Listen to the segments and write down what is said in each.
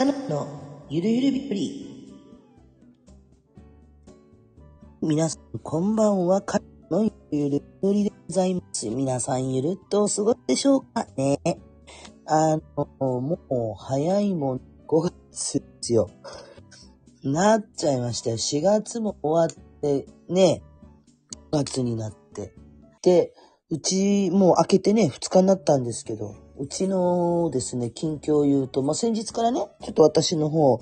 かなのゆるゆるびっくり。皆さんこんばんは。かなのゆるゆるびっくりでございます。皆さんゆるっとお過ごしでしょうかね。もう早いもん5月ですよ。なっちゃいましたよ。4月も終わってね、5月になって。で、うちもう明けてね、2日になったんですけど、うちのですね、近況を言うと、先日からね、ちょっと私の方、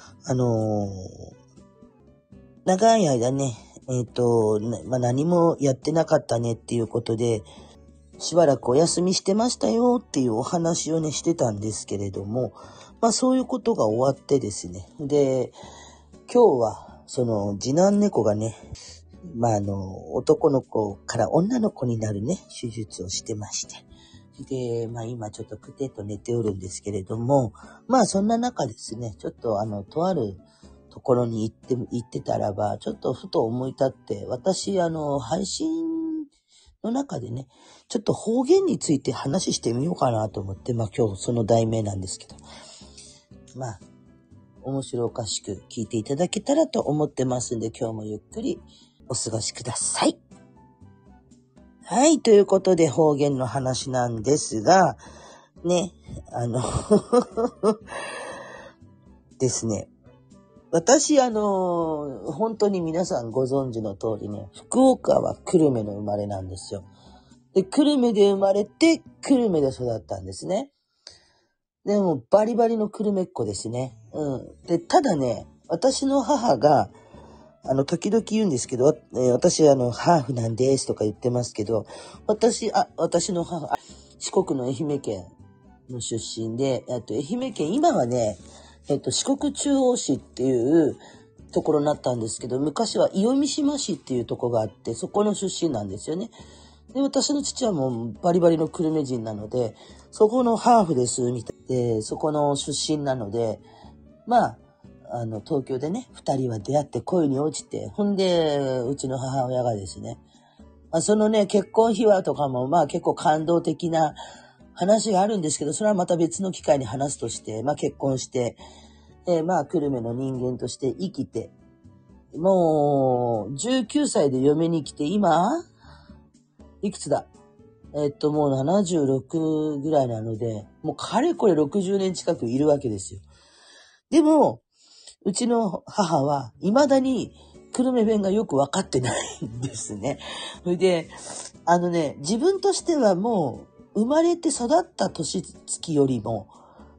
長い間ね、何もやってなかったねっていうことで、しばらくお休みしてましたよっていうお話をね、してたんですけれども、そういうことが終わってですね。で、今日は、その次男猫がね、男の子から女の子になるね、手術をしてまして。で、今ちょっとくてっと寝ておるんですけれども、そんな中ですね、ちょっととあるところに行ってたらば、ちょっとふと思い立って、私、配信の中でね、ちょっと方言について話してみようかなと思って、今日その題名なんですけど、面白おかしく聞いていただけたらと思ってますんで、今日もゆっくりお過ごしください。はい、ということで方言の話なんですが、ね、ですね。私、本当に皆さんご存知の通りね、福岡は久留米の生まれなんですよ。で、久留米で生まれて、久留米で育ったんですね。でも、バリバリの久留米っ子ですね。で、ただね、私の母が、時々言うんですけど、私、ハーフなんですとか言ってますけど、私の母、四国の愛媛県の出身で、愛媛県、今はね、四国中央市っていうところになったんですけど、昔は伊予三島市っていうところがあって、そこの出身なんですよね。で、私の父はもうバリバリの久留米人なので、そこのハーフです、みたいで、そこの出身なので、東京でね、二人は出会って恋に落ちて、ほんで、うちの母親がですね、そのね、結婚秘話とかも、結構感動的な話があるんですけど、それはまた別の機会に話すとして、結婚して、久留米の人間として生きて、もう、19歳で嫁に来て、今、いくつだもう76ぐらいなので、もうかれこれ60年近くいるわけですよ。でも、うちの母は未だに久留米弁がよくわかってないんですね。それで、自分としてはもう生まれて育った年月よりも、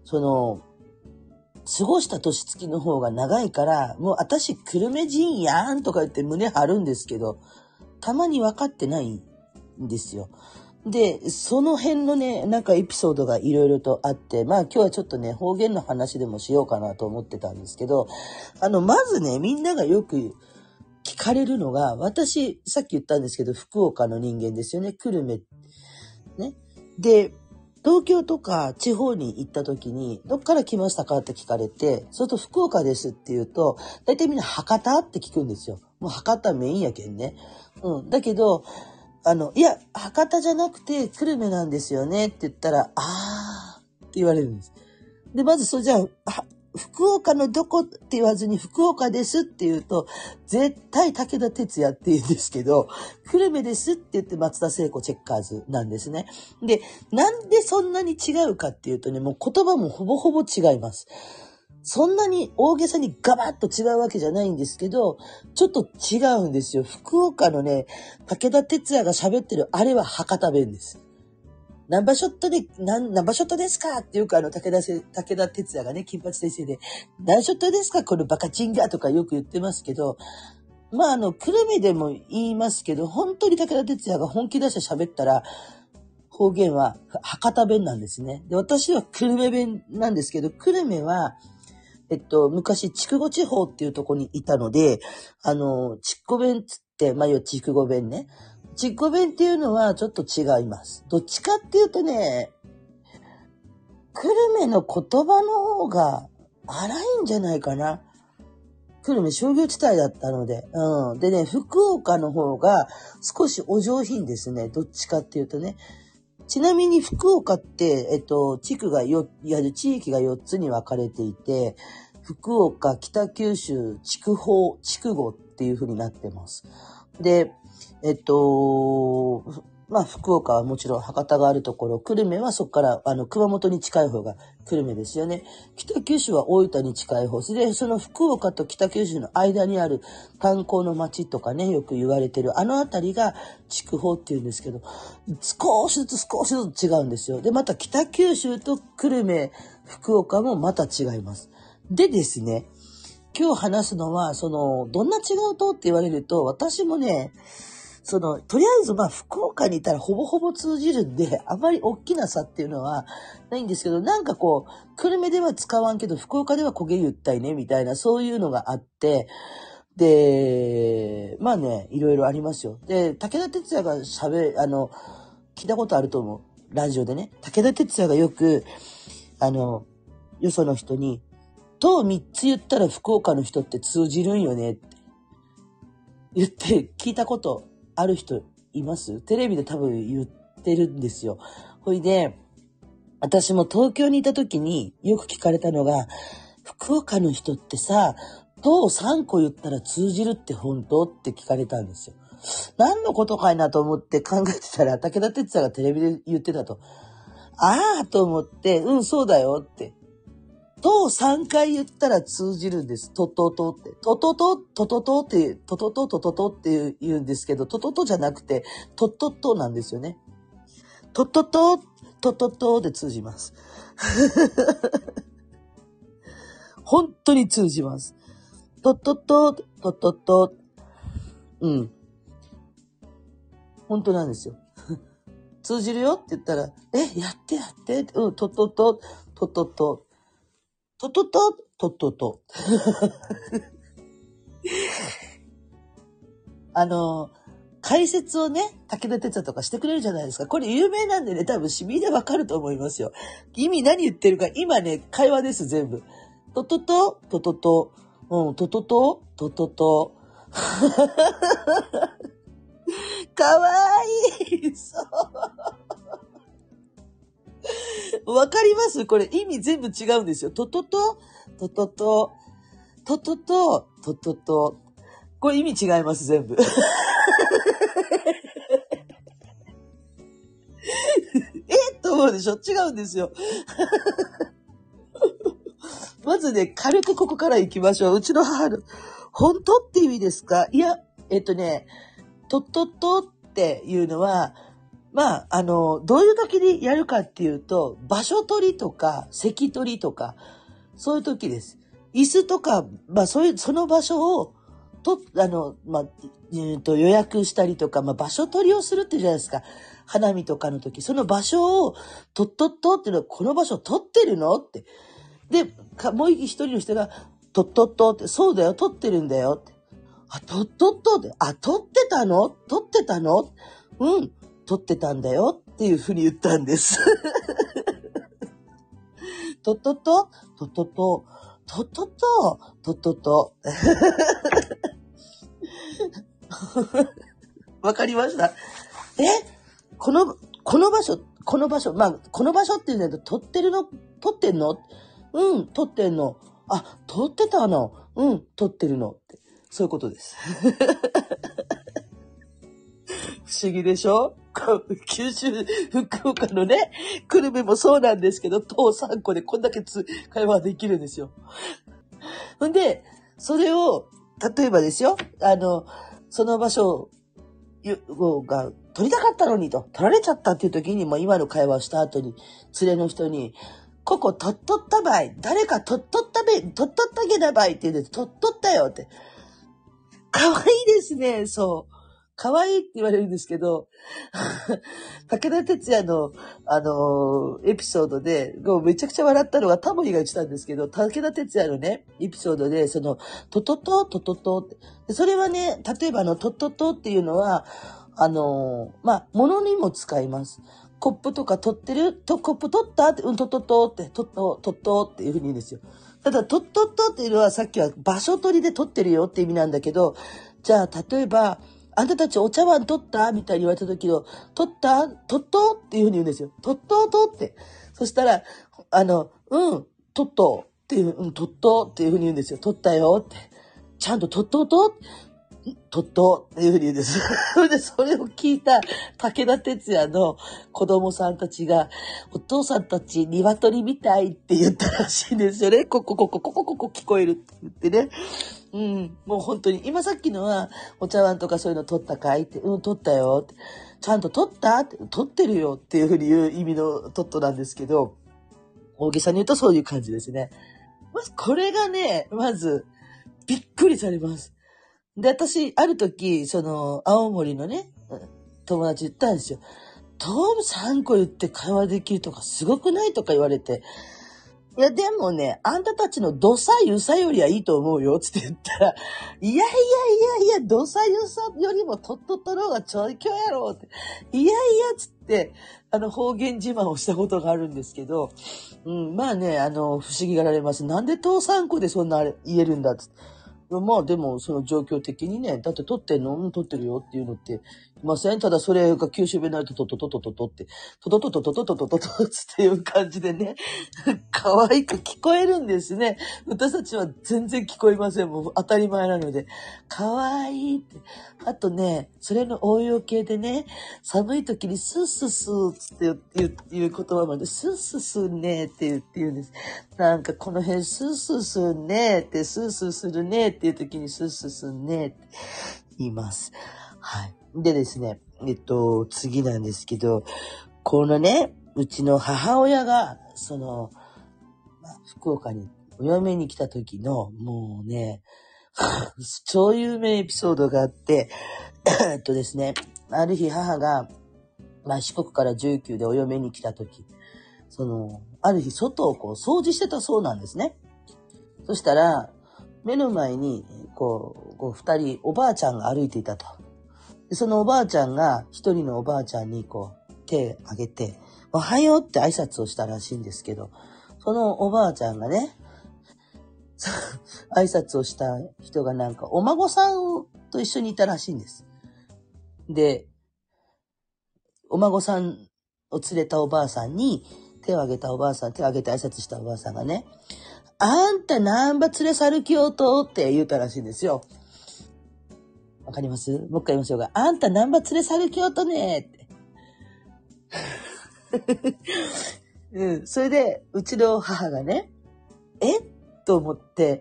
過ごした年月の方が長いから、もう私久留米人やんとか言って胸張るんですけど、たまに分かってないんですよ。で、その辺のね、エピソードがいろいろとあって、今日はちょっとね、方言の話でもしようかなと思ってたんですけど、まずね、みんながよく聞かれるのが、私、さっき言ったんですけど、福岡の人間ですよね、久留米。ね。で、東京とか地方に行った時に、どっから来ましたかって聞かれて、それと福岡ですって言うと、大体みんな博多って聞くんですよ。もう博多メインやけんね。だけど、いや、博多じゃなくて久留米なんですよねって言ったら、って言われるんです。で、まずじゃあ、福岡のどこって言わずに福岡ですって言うと、絶対武田鉄矢って言うんですけど、久留米ですって言って松田聖子チェッカーズなんですね。で、なんでそんなに違うかっていうとね、もう言葉もほぼほぼ違います。そんなに大げさにガバッと違うわけじゃないんですけど、ちょっと違うんですよ。福岡のね、武田鉄矢が喋ってるあれは博多弁です。何場所っとですかっていうか、武田鉄矢がね、金八先生で、何ショットですかこのバカチンガとかよく言ってますけど、久留米でも言いますけど、本当に武田鉄矢が本気出して喋ったら、方言は博多弁なんですね。で、私は久留米弁なんですけど、久留米は、昔、筑後地方っていうところにいたので、筑後弁つって、要は筑後弁ね。筑後弁っていうのはちょっと違います。どっちかっていうとね、久留米の言葉の方が荒いんじゃないかな。久留米商業地帯だったので。でね、福岡の方が少しお上品ですね。どっちかっていうとね。 ちなみに福岡って、地域が4つに分かれていて、福岡、北九州、筑豊、筑後っていう風になってます。で、福岡はもちろん博多があるところ、久留米はそこから、熊本に近い方が久留米ですよね。北九州は大分に近い方で、その福岡と北九州の間にある炭鉱の町とかね、よく言われてる、あの辺りが筑豊っていうんですけど、少しずつ違うんですよ。で、また北九州と久留米、福岡もまた違います。でですね、今日話すのは、どんな違うとって言われると、私もね、とりあえず福岡にいたらほぼほぼ通じるんで、あまり大きな差っていうのはないんですけど、なんかこう、久留米では使わんけど、福岡では焦げ言ったいね、みたいな、そういうのがあって、で、いろいろありますよ。で、武田鉄矢が聞いたことあると思う。ラジオでね。武田鉄矢がよく、よその人に、と3つ言ったら福岡の人って通じるんよねって言って聞いたことある人います？テレビで多分言ってるんですよ。ほいで、私も東京にいた時によく聞かれたのが、福岡の人ってさ、と3個言ったら通じるって本当って聞かれたんですよ。何のことかいなと思って考えてたら、武田鉄矢がテレビで言ってたと。ああと思って、そうだよって。と3回言ったら通じるんです。とととって。ととと、とととって、ととととととって言うんですけど、とととじゃなくて、とととなんですよね。ととと、とととで通じます。本当に通じます。ととと、ととと。本当なんですよ。通じるよって言ったら、やって、ととと、ととと。ととと、ととと。解説をね、武田鉄矢とかしてくれるじゃないですか。これ有名なんでね、多分市民でわかると思いますよ。意味何言ってるか、今ね、会話です、全部。ととと、ととと、ととと、ととと。かわいい。そう。わかります？これ意味全部違うんですよ。ととと、ととと、ととと、ととと。これ意味違います、全部。と思うでしょ？違うんですよ。まずね、軽くここから行きましょう。うちの母の、本当って意味ですか？いや、とっとっとっていうのは、どういう時にやるかっていうと、場所取りとか、席取りとか、そういう時です。椅子とか、その場所を、予約したりとか、場所取りをするっていうじゃないですか。花見とかの時、その場所を、とっとっとっていうのは、この場所取ってるのって。で、もう一人の人が、とっとっとって、そうだよ、取ってるんだよって。あ、とっとっとって、あ、取ってたの取ってたんだよっていうふうに言ったんです。とっとっと、とっとっと、とっとっと、とっとっと。わかりました。この場所、この場所っていうのは撮ってんの？撮ってんの。あ、撮ってたの。撮ってるのって。そういうことです。不思議でしょ？九州、福岡のね、久留米もそうなんですけど、当3個でこんだけ会話できるんですよ。ほんで、それを、例えばですよ、その場所が取りたかったのにと、取られちゃったっていう時にも今の会話をした後に、連れの人に、ここ取っとったばい。誰か取っとったけだばいって言うんで、取っとったよって。かわいいですね、そう。かわいいって言われるんですけど、武田鉄矢の、エピソードで、めちゃくちゃ笑ったのがタモリが言ってたんですけど、武田鉄矢のね、エピソードで、トトト、トトトって。それはね、例えばトトトっていうのは、物にも使います。コップとか取ってる？コップ取ったって、トトトって、トットっていうふうに言うんですよ。ただ、トットっていうのはさっきは場所取りで取ってるよって意味なんだけど、じゃあ、例えば、 あんたたちお茶碗取ったみたいに言われた時の、取った取っとっていうふうに言うんですよ。取っととって。そしたら、取っとっていう、取っとっていうふうに言うんですよ。取ったよって。ちゃんと取っとと取っとっていうふうに言うんです。で、それを聞いた武田鉄矢の子供さんたちが、お父さんたち鶏みたいって言ったらしいんですよね。ここ聞こえるって言ってね。もう本当に、今さっきのは、お茶碗とかそういうの取ったかいって、取ったよって。ちゃんと取ったって、取ってるよっていうふうに言う意味のトットなんですけど、大げさに言うとそういう感じですね。まず、これがね、まず、びっくりされます。で、私、ある時、青森のね、友達言ったんですよ。トム3個言って会話できるとかすごくないとか言われて、いや、でもね、あんたたちのドサユサよりはいいと思うよ、つって言ったら、いや、ドサユサよりもとっととろうがちょいきょやろ、って。いや、つって、方言自慢をしたことがあるんですけど、まあね、不思議がられます。なんでト3個でそんな言えるんだ、つって。まあでも、その状況的にね、だって撮ってんの撮ってるよっていうのって、いません。ただそれが九州弁になると、トトトトトトって、トトトトトトトトトトっていう感じでね、可愛く聞こえるんですね。私たちは全然聞こえません。もう当たり前なので。可愛いって。あとね、それの応用系でね、寒い時にスースースーっていう言葉まで、スースースーねって言うんです。なんかこの辺スースーするねって、スースーするねっていう時にスースーするねって言います。はい。でですね、次なんですけど、このね、うちの母親が、福岡にお嫁に来た時の、もうね、超有名エピソードがあって、ですね、ある日母が、四国から19でお嫁に来た時、ある日外を掃除してたそうなんですね。そしたら、目の前に、二人、おばあちゃんが歩いていたと。でそのおばあちゃんが、一人のおばあちゃんに手を挙げて、おはようって挨拶をしたらしいんですけど、そのおばあちゃんがね、挨拶をした人がなんか、お孫さんと一緒にいたらしいんです。で、お孫さんを連れたおばあさんに、手を挙げて挨拶したおばあさんがね、あんたナンバ連れ去るきよとって言ったらしいんですよ。わかります？もう一回言いましょうか。あんたナンバ連れ去るきよとねって。それで、うちの母がね、と思って、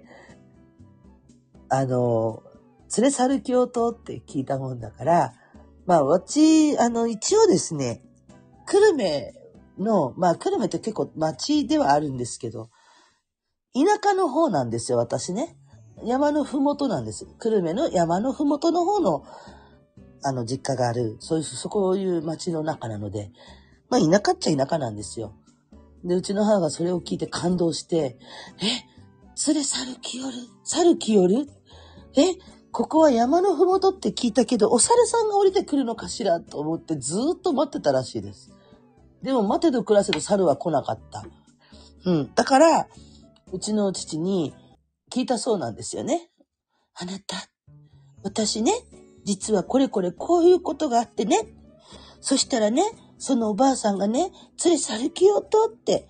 連れ去るきよとって聞いたもんだから、一応ですね、久留米の、久留米って結構町ではあるんですけど、田舎の方なんですよ、私ね。山のふもとなんです。久留米の山のふもとの方の、実家がある、そういう町の中なので、田舎っちゃ田舎なんですよ。で、うちの母がそれを聞いて感動して、連れ去る気よるここは山のふもとって聞いたけど、お猿さんが降りてくるのかしらと思ってずーっと待ってたらしいです。でも待てど暮らせど猿は来なかった。だから、うちの父に聞いたそうなんですよね。あなた、私ね、実はこれこういうことがあってね。そしたらね、そのおばあさんがね、連れ去る気よとって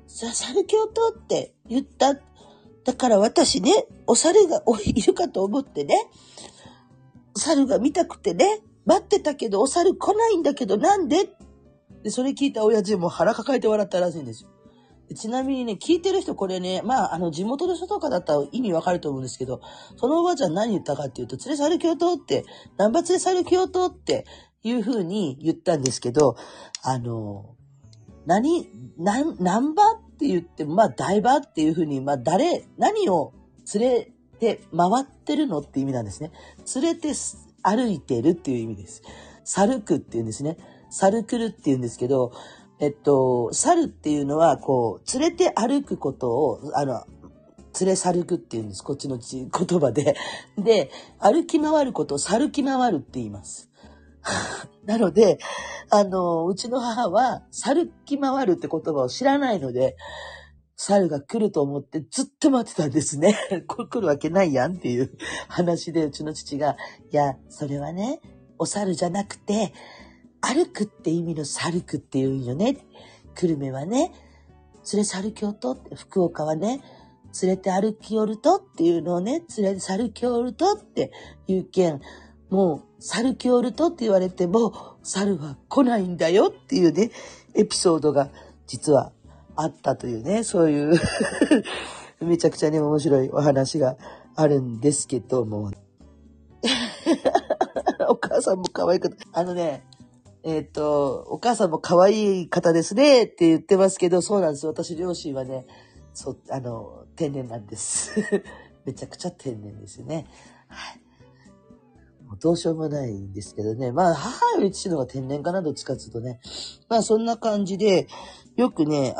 言った。だから私ね、お猿がいるかと思ってね、猿が見たくてね、待ってたけどお猿来ないんだけどなんで？で、それ聞いた親父も腹抱えて笑ったらしいんですよ。ちなみにね、聞いてる人これね、地元の人とかだったら意味わかると思うんですけど、そのおばあちゃん何言ったかっていうと、連れ去る京都って、ナンバ連れ去る京都っていう風に言ったんですけど、ナンバって言って、台場っていう風に、何を連れて回ってるのって意味なんですね。連れて歩いてるっていう意味です。歩くっていうんですね。歩くるって言うんですけど、猿っていうのは、連れて歩くことを、連れ去くっていうんです。こっちの言葉で。で、歩き回ることを猿き回るって言います。なので、うちの母は、猿き回るって言葉を知らないので、 猿が来ると思ってずっと待ってたんですね。これ来るわけないやんっていう話で、うちの父が、いや、それはね、お猿じゃなくて、歩くって意味の猿くって言うんよね。久留米はね、連れ猿京都って、福岡はね、連れて歩き寄るとっていうのをね、連れ猿京るとって言うけん、もう猿京るとって言われても、猿は来ないんだよっていうね、エピソードが実はあったというね、そういうめちゃくちゃね、面白いお話があるんですけども。お母さんも可愛かった。お母さんも可愛い方ですねって言ってますけど、そうなんです。私両親はね、天然なんです。めちゃくちゃ天然ですよね。はい。もうどうしようもないんですけどね。まあ、母より父の方が天然かな、どっちかっていうとね。まあ、そんな感じで、よくね、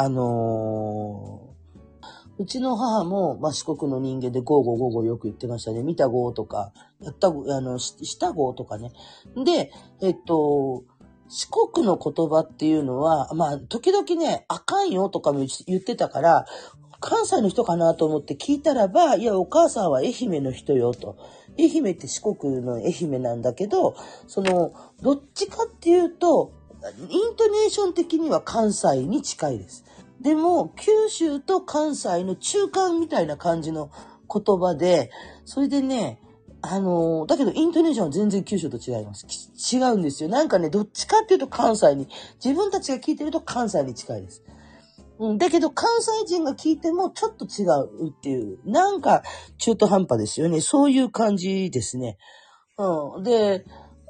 うちの母も、まあ、四国の人間でゴーゴーゴーゴーよく言ってましたね。見たゴーとか、したゴーとかね。で、四国の言葉っていうのは、まあ、時々ね、あかんよとかも言ってたから、関西の人かなと思って聞いたらば、いや、お母さんは愛媛の人よと。愛媛って四国の愛媛なんだけど、どっちかっていうと、イントネーション的には関西に近いです。でも、九州と関西の中間みたいな感じの言葉で、それでね、だけどイントネーションは全然九州と違います。違うんですよ。なんかね、どっちかっていうと関西に、自分たちが聞いてると関西に近いです。だけど関西人が聞いてもちょっと違うっていう、なんか中途半端ですよね。そういう感じですね。で、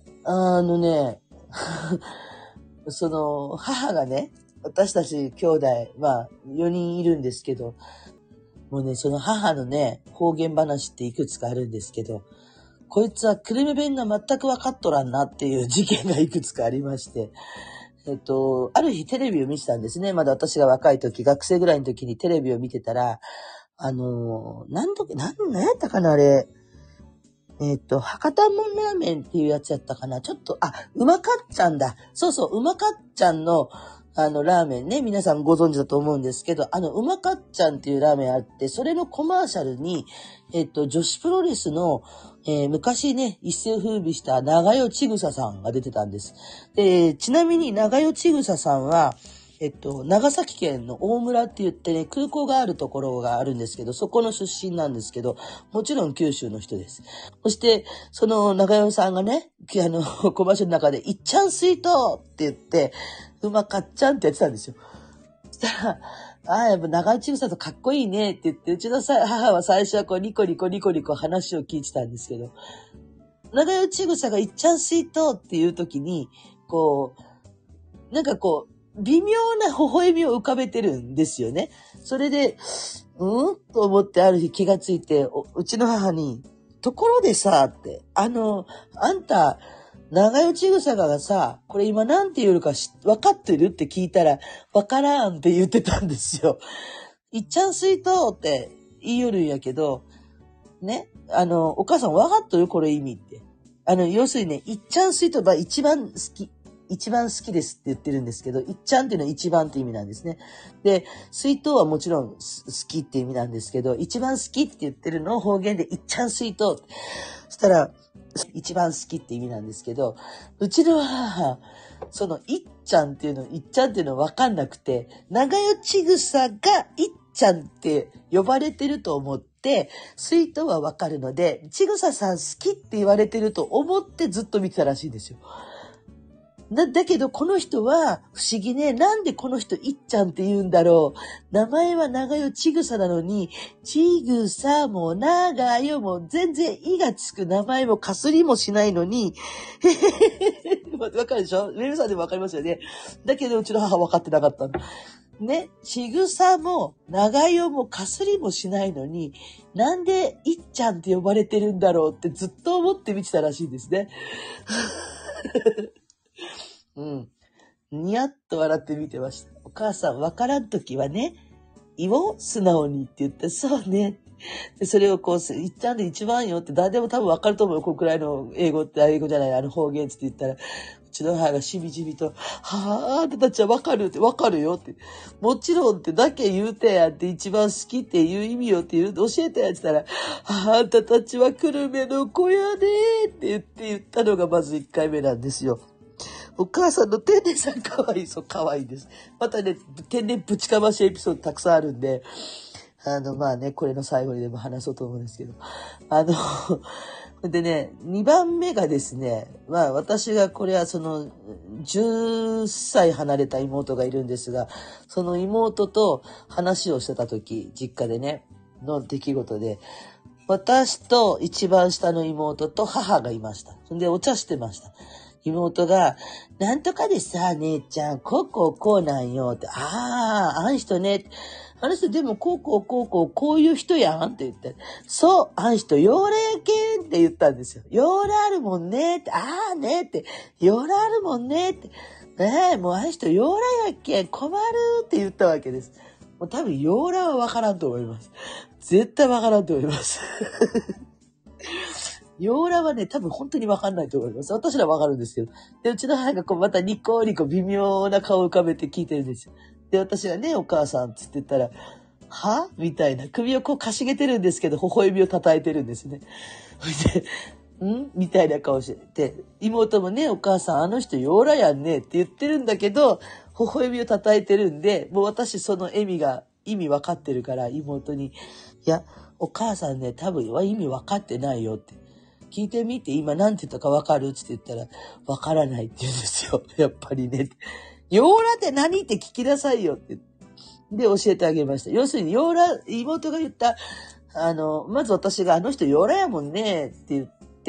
母がね、私たち兄弟、まあ、4人いるんですけど、もうね、その母のね、方言話っていくつかあるんですけど、こいつは久留米弁が全く分かっとらんなっていう事件がいくつかありまして、ある日テレビを見てたんですね。まだ私が若い時、学生ぐらいの時にテレビを見てたら、何やったかな、あれ。博多もんラーメンっていうやつやったかな。ちょっと、うまかっちゃんだ。そうそう、うまかっちゃんの、ラーメンね、皆さんご存知だと思うんですけど、うまかっちゃんっていうラーメンあって、それのコマーシャルに、女子プロレスの、昔ね、一世風靡した長代千草さんが出てたんです。で、ちなみに長代千草さんは、長崎県の大村って言ってね、空港があるところがあるんですけど、そこの出身なんですけど、もちろん九州の人です。そして、その長代さんがね、コマーシャルの中で、いっちゃんスイートって言って、うまかっちゃんってやってたんですよ。そしたら、やっぱ長代千草とかっこいいねって言って、うちの母は最初はこうニコニコニコニコ話を聞いてたんですけど、長代千草がいっちゃんスイートっていう時に、こう、なんかこう、微妙な微笑みを浮かべてるんですよね。それで、と思ってある日気がついて、うちの母に、ところでさ、って、あんた、長代千草がさ、これ今なんて言うのか分かってるって聞いたら、分からんって言ってたんですよ。いっちゃんスイートって言いよるんやけど、ね、お母さん分かっとるこれ意味って。要するにね、いっちゃんスイートは一番好きですって言ってるんですけど、いっちゃんっていうのは一番って意味なんですね。で、水筒はもちろん好きって意味なんですけど、一番好きって言ってるのを方言でいっちゃん水筒。そしたら、一番好きって意味なんですけど、うちの母、そのいっちゃんっていうの分かんなくて、長代千草がいっちゃんって呼ばれてると思って、水筒は分かるので、千草さん好きって言われてると思ってずっと見てたらしいんですよ。だけどこの人は不思議ね。なんでこの人いっちゃんって言うんだろう。名前は長代千草なのに、千草も長代も全然いがつく名前もかすりもしないのに、わかるでしょ？メルさんでもわかりますよね。だけどうちの母分かってなかったの。ね、千草も長代もかすりもしないのに、なんでいっちゃんって呼ばれてるんだろうってずっと思って見てたらしいんですね。ニヤッと笑って見てました。お母さんわからんときはね、いを素直にって言って、そうね。で、それをこう、いっちゃんで一番よって誰でも多分わかると思うよ。このくらいの英語じゃない、方言って言ったら、 ちの母がしみじみと、あんたたちはわかるって、わかるよって。もちろんってだけ言うてやって一番好きっていう意味よって教えてやってたら、あんたたちは久留米の子やねって言ったのがまず1回目なんですよ。お母さんの天然さん可愛い、そう可愛いです。またね、天然ぶちかましエピソードたくさんあるんで、まあね、これの最後にでも話そうと思うんですけど。でね、2番目がですね、まあ私がこれは10歳離れた妹がいるんですが、その妹と話をしてた時、実家でね、の出来事で、私と一番下の妹と母がいました。そんでお茶してました。妹が、なんとかでさ、姉ちゃん、こうなんよって、あん人ね、あの人でもこういう人やんって言って、そう、あん人ヨーラやけんって言ったんですよ。ヨーラあるもんねって、ねって、ヨーラあるもんねって、ねえ、もうあん人ヨーラやけん困るって言ったわけです。もう多分ヨーラはわからんと思います。絶対わからんと思います。ヨーラはね、多分本当にわかんないと思います。私らわかるんですけど。で、うちの母がまたニコニコ微妙な顔を浮かべて聞いてるんですよ。で、私がね、お母さんつって言ったら、はみたいな。首をこうかしげてるんですけど、微笑みを叩いてるんですね。で、みたいな顔してて、妹もね、お母さんあの人ヨーラやんねって言ってるんだけど、微笑みを叩いてるんで、もう私その意味分かってるから、妹に、いや、お母さんね、多分意味分かってないよって。聞いてみて、今なんて言ったか分かるって言ったら、分からないって言うんですよ。やっぱりね。ヨーラって何って聞きなさいよって。で、教えてあげました。要するに、妹が言った、まず私があの人ヨーラやもんねって言って、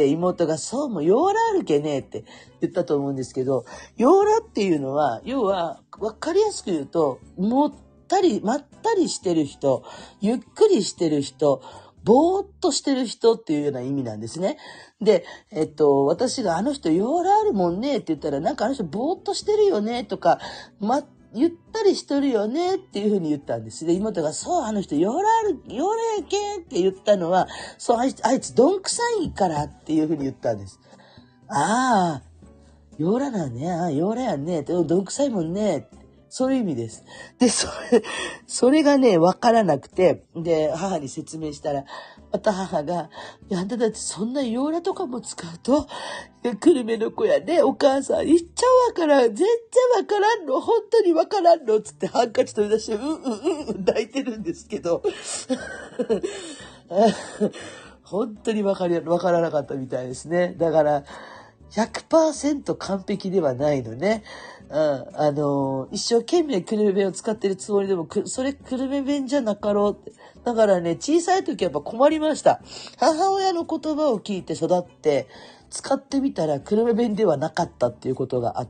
妹がそうもヨーラあるけねって言ったと思うんですけど、ヨーラっていうのは、要は、わかりやすく言うと、まったりしてる人、ゆっくりしてる人、ぼーっとしてる人っていうような意味なんですね。で、私があの人ヨーラあるもんねって言ったら、なんかあの人ぼーっとしてるよねとか、ゆったりしとるよねっていうふうに言ったんです。で、妹が、そう、あの人ヨーラやけんって言ったのは、そう、あいつどんくさいからっていうふうに言ったんです。ああ、ヨーラなんね、ヨーラやんね、どんくさいもんね。そういう意味です。で、それがね、わからなくて、で、母に説明したら、また母が、いや、あんただってそんなヨーラとかも使うと、久留米の子やね、お母さん、言っちゃわからん、全然わからんの、本当にわからんの、つってハンカチ取り出して、泣いてるんですけど、本当にわからなかったみたいですね。だから、100% 完璧ではないのね。一生懸命久留米弁を使ってるつもりでも、それ久留米弁じゃなかろうって。だからね、小さい時はやっぱ困りました。母親の言葉を聞いて育って、使ってみたら久留米弁ではなかったっていうことがあって、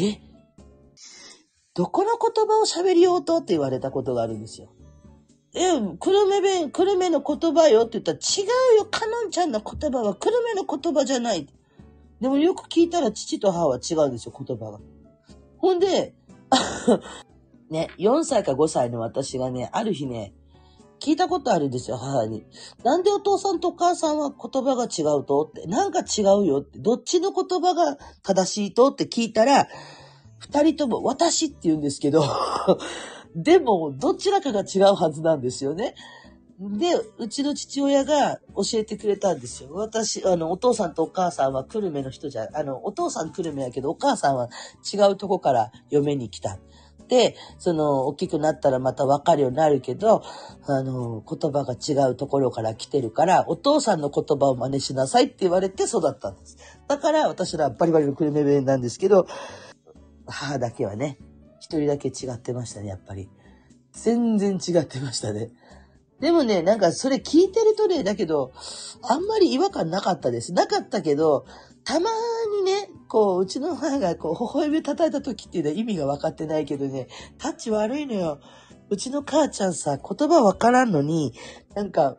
どこの言葉を喋りようとって言われたことがあるんですよ。久留米の言葉よって言ったら、違うよ、かのんちゃんの言葉は久留米の言葉じゃない。でもよく聞いたら父と母は違うんですよ、言葉が。ほんで、ね、4歳か5歳の私がね、ある日ね、聞いたことあるんですよ、母に。なんでお父さんとお母さんは言葉が違うとって、なんか違うよって、どっちの言葉が正しいとって聞いたら、二人とも私って言うんですけど、でも、どちらかが違うはずなんですよね。で、うちの父親が教えてくれたんですよ。お父さんとお母さんは久留米の人じゃ、お父さん久留米やけど、お母さんは違うとこから嫁に来た。で、大きくなったらまた分かるようになるけど、言葉が違うところから来てるから、お父さんの言葉を真似しなさいって言われて育ったんです。だから私らバリバリの久留米弁なんですけど、母だけはね、一人だけ違ってましたね、やっぱり。全然違ってましたね。でもね、なんかそれ聞いてるとね、だけど、あんまり違和感なかったです。なかったけど、たまにね、うちの母が微笑みを叩いた時っていうのは意味が分かってないけどね、タッチ悪いのよ。うちの母ちゃんさ、言葉分からんのに、なんか、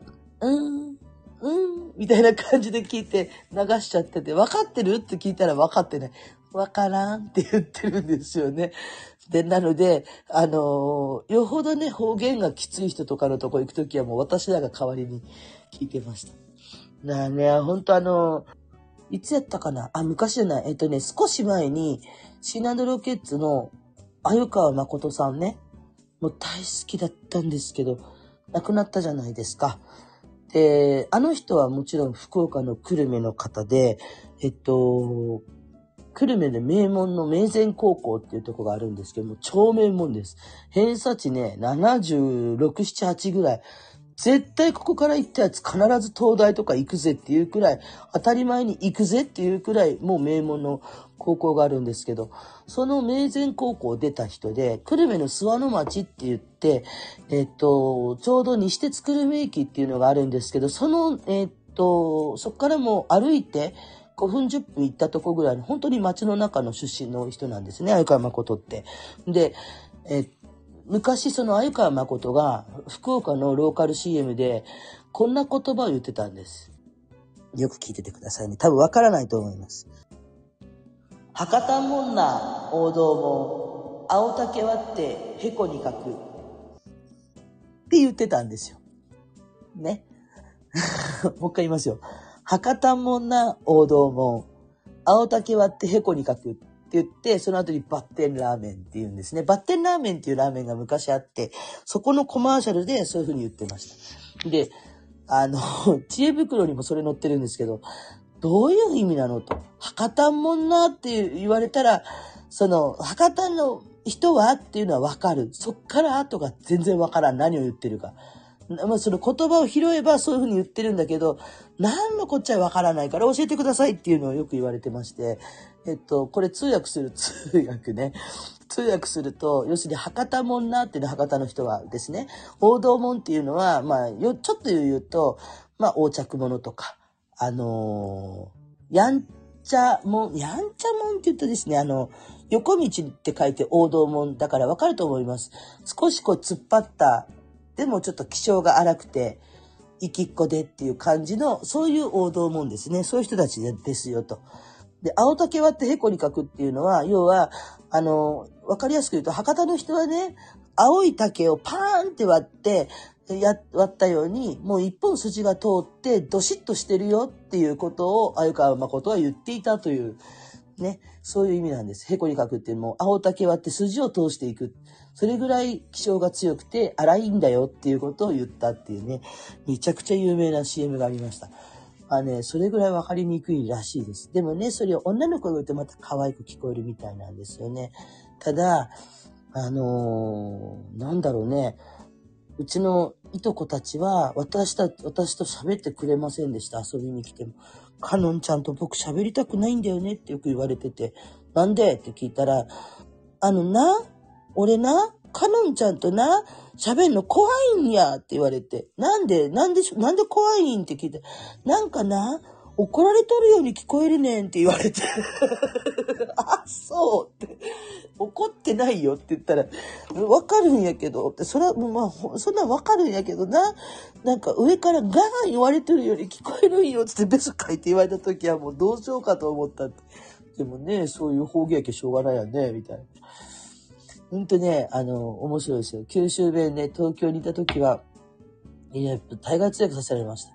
みたいな感じで聞いて流しちゃってて、分かってるって聞いたら分かってない。分からんって言ってるんですよね。で、なので、よほどね、方言がきつい人とかのとこ行くときはもう私らが代わりに聞いてました。なあね、ほんといつやったかな昔じゃない。少し前に、シナドロケッツの鮎川誠さんね、もう大好きだったんですけど、亡くなったじゃないですか。で、あの人はもちろん福岡の久留米の方で、久留米で名門の明前高校っていうところがあるんですけども、超名門です。偏差値ね、76、7、8ぐらい。絶対ここから行ったやつ必ず東大とか行くぜっていうくらい、当たり前に行くぜっていうくらい、もう名門の高校があるんですけど、その明前高校を出た人で、久留米の諏訪の町って言って、ちょうど西鉄久留米駅っていうのがあるんですけど、そこからもう歩いて5分10分行ったとこぐらいの、本当に町の中の出身の人なんですね、鮎川誠って。で、昔その鮎川誠が福岡のローカル CM でこんな言葉を言ってたんです。よく聞いててくださいね。多分わからないと思います。博多もんな王道も青竹割ってへこにかくって言ってたんですよ。ね。もう一回言いますよ。博多もんな王道も青竹割ってへこにかくって言って、その後にバッテンラーメンって言うんですね。バッテンラーメンっていうラーメンが昔あって、そこのコマーシャルでそういう風に言ってました。で、知恵袋にもそれ載ってるんですけど、どういう意味なのと。博多もんなって言われたら、その、博多の人はっていうのはわかる。そっから後が全然わからん。何を言ってるか。まあ、その言葉を拾えばそういうふうに言ってるんだけど、何のこっちゃわからないから教えてくださいっていうのをよく言われてまして、これ通訳する通訳すると、要するに博多もんなっていうのは博多の人はですね、王道もんっていうのは、まあ、ちょっと言うと、まあ、横着物とか、やんちゃもんって言うとですね、横道って書いて王道もんだからわかると思います。少しこう突っ張った、でもちょっと気性が荒くて、生きっ子でっていう感じの、そういう王道もんですね。そういう人たちですよと。で、青竹割ってへこにかくっていうのは、要は、わかりやすく言うと、博多の人はね、青い竹をパーンって割って、割ったように、もう一本筋が通って、どしっとしてるよっていうことを、鮎川誠は言っていたという、ね、そういう意味なんです。へこにかくっていうのも、青竹割って筋を通していく。それぐらい気性が強くて荒いんだよっていうことを言ったっていうね、めちゃくちゃ有名な CM がありました。それぐらいわかりにくいらしいです。でもね、それを女の子が言うとまた可愛く聞こえるみたいなんですよね。ただ、なんだろうね。うちのいとこたちは、私と喋ってくれませんでした。遊びに来ても。かのんちゃんと僕喋りたくないんだよねってよく言われてて。なんでって聞いたら、俺な、かのんちゃんとな、喋んの怖いんやって言われて。なんで怖いんって聞いて。なんかな、怒られとるように聞こえるねんって言われて。あ、そうって。怒ってないよって言ったら、わかるんやけど、それは、まあ、そんなわかるんやけどな、なんか上からガーン言われてるように聞こえるんよってベス書いて言われた時はもうどうしようかと思ったって。でもね、そういう方言やけしょうがないやね、みたいな。ほんとね、面白いですよ。九州弁ね、東京にいた時は、大概通訳させられました。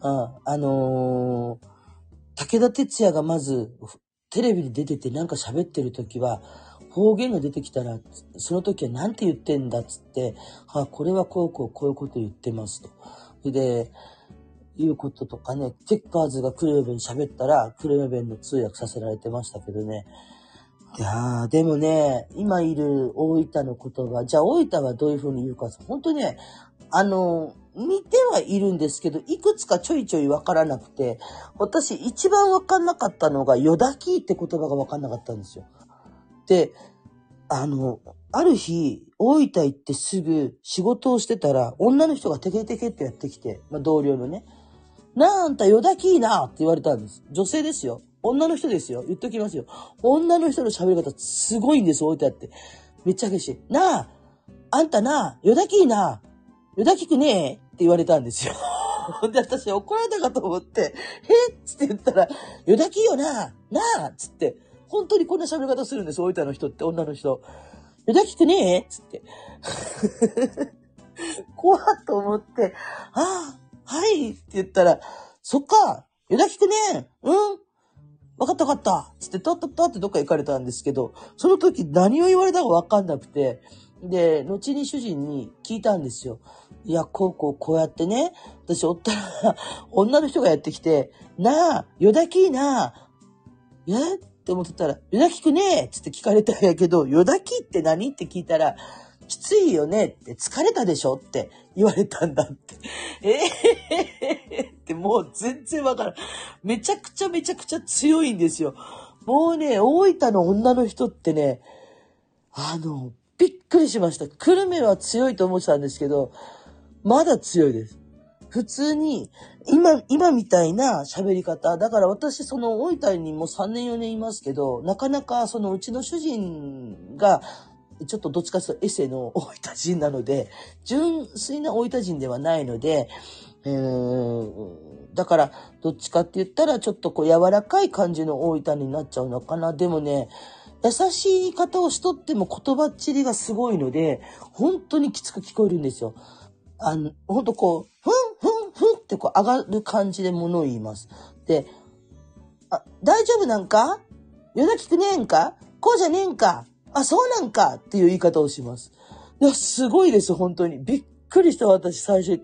武田鉄矢がまず、テレビに出ててなんか喋ってる時は、方言が出てきたら、その時はなんて言ってんだっつって、これはこういうこと言ってますと。で、いうこととかね、チェッカーズがクルー弁喋ったら、クルー弁の通訳させられてましたけどね。いやー、でもね、今いる大分の言葉、じゃあ大分はどういう風に言うか、本当にね、似てはいるんですけど、いくつかちょいちょいわからなくて、私一番わかんなかったのが、よだきって言葉がわかんなかったんですよ。で、ある日、大分行ってすぐ仕事をしてたら、女の人がテケテケってやってきて、まあ、同僚のね、あんたよだきいなって言われたんです。女性ですよ。女の人ですよ。言っときますよ。女の人の喋り方すごいんです、置いてあって。めっちゃ激しい。あんたよだきいな。よだきくねえって言われたんですよ。で、私怒られたかと思って、っつって言ったら、よだきよなっつって、本当にこんな喋り方するんです、大分の人って、女の人。よだきくねえっつって。怖っと思って、はいって言ったら、そっか、 よだきくねうん、わかったわかった。つってってどっか行かれたんですけど、その時何を言われたかわかんなくて、で、後に主人に聞いたんですよ。いや、こうやってね、私おったら、女の人がやってきて、なあ、よだきなあ、って思ってたら、よだきくねえつって聞かれたんやけど、よだきって何って聞いたら、きついよねって疲れたでしょって言われたんだって。ってもう全然わからん。めちゃくちゃ強いんですよ。もうね、大分の女の人ってね、びっくりしました。久留米は強いと思ってたんですけど、まだ強いです。普通に、今みたいな喋り方。だから私、その大分にも3年4年いますけど、なかなかそのうちの主人が、ちょっとどっちかというとエセの大分人なので、純粋な大分人ではないので、だから、どっちかって言ったら、ちょっとこう柔らかい感じの大分になっちゃうのかな。でもね、優しい言い方をしとっても言葉っちりがすごいので、本当にきつく聞こえるんですよ。本当こう、ふんってこう上がる感じで物を言います。で、大丈夫なんかよだきくねえんかこうじゃねえんかそうなんかっていう言い方をします。いや、すごいです、本当に。びっくりした私最初言って、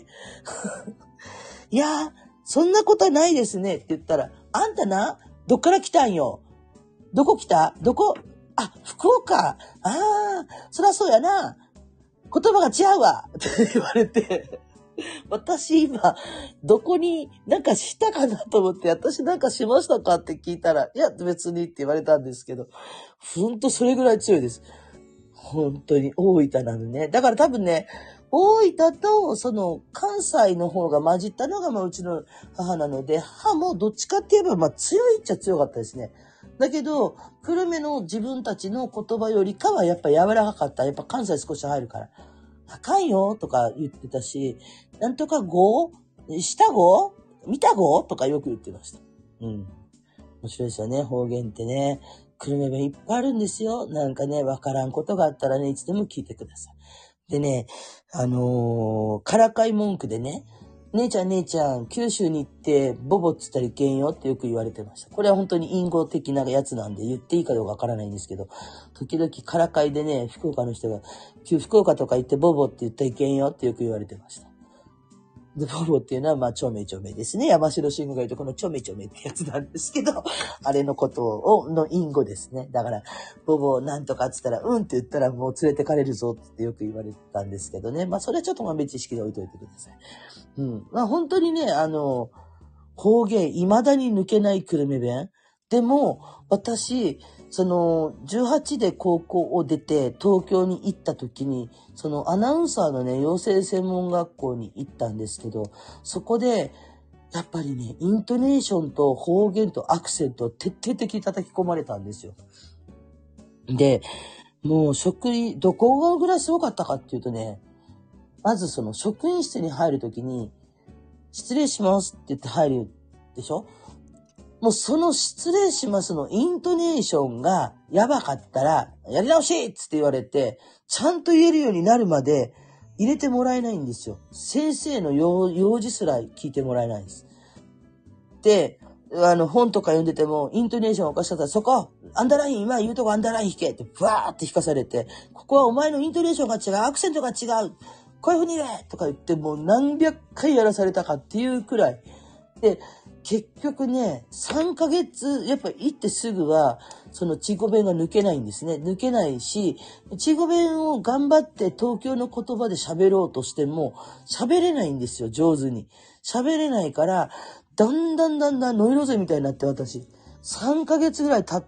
いや、そんなことはないですねって言ったら、あんたな、どっから来たんよどこ来た福岡そらそうやな。言葉が違うわって言われて、私今、どこになんかしたかなと思って、私なんかしましたかって聞いたら、いや別にって言われたんですけど、ほんとそれぐらい強いです。本当に大分なのね。だから多分ね、大分とその関西の方が混じったのがうちの母なので、母もどっちかって言えば強いっちゃ強かったですね。だけど、久留米の自分たちの言葉よりかはやっぱ柔らかかった。やっぱ関西少し入るから。高いよとか言ってたし、なんとか語下語見た語とかよく言ってました。うん。面白いですよね、方言ってね。久留米弁いっぱいあるんですよ。なんかね、わからんことがあったらね、いつでも聞いてください。でね、からかい文句でね、姉ちゃん、九州に行って、ボボっつったらいけんよってよく言われてました。これは本当に隠語的なやつなんで言っていいかどうかわからないんですけど、時々からかいでね、福岡の人が、福岡とか行ってボボって言ったらいけんよってよく言われてました。で、ボボっていうのは、ちょめですね。山城慎吾が言うと、このちょめってやつなんですけど、あれのことの隠語ですね。だから、ボボなんとかって言ったら、うんって言ったらもう連れてかれるぞってよく言われたんですけどね。それはちょっと豆知識で置いといてください。うん。本当にね、方言、未だに抜けない久留米弁。でも、私、18で高校を出て東京に行った時に、アナウンサーのね、養成専門学校に行ったんですけど、そこで、やっぱりね、イントネーションと方言とアクセントを徹底的に叩き込まれたんですよ。で、もうどこぐらいすごかったかっていうとね、まず職員室に入るときに、失礼しますって言って入るでしょ？もうその失礼しますのイントネーションがやばかったら、やり直しっつって言われて、ちゃんと言えるようになるまで入れてもらえないんですよ。先生の用事すら聞いてもらえないんです。で、本とか読んでても、イントネーションおかしかったら、そこ、アンダーライン、今言うとこアンダーライン引けって、ブワーって引かされて、ここはお前のイントネーションが違う、アクセントが違う、こういう風に言えとか言って、もう何百回やらされたかっていうくらい。で、結局ね、3ヶ月、やっぱ行ってすぐは、チゴ弁が抜けないんですね。抜けないし、チゴ弁を頑張って東京の言葉で喋ろうとしても、喋れないんですよ、上手に。喋れないから、だんだんノイローゼみたいになって私。3ヶ月ぐらい経って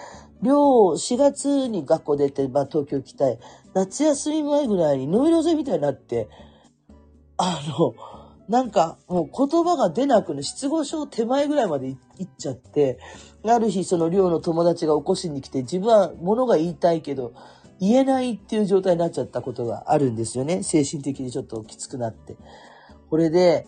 、4月に学校出て、東京来たい。夏休み前ぐらいにノイローゼみたいになって、なんかもう言葉が出なくね、失語症手前ぐらいまで行っちゃって、ある日寮の友達が起こしに来て、自分は物が言いたいけど、言えないっていう状態になっちゃったことがあるんですよね。精神的にちょっときつくなって。これで、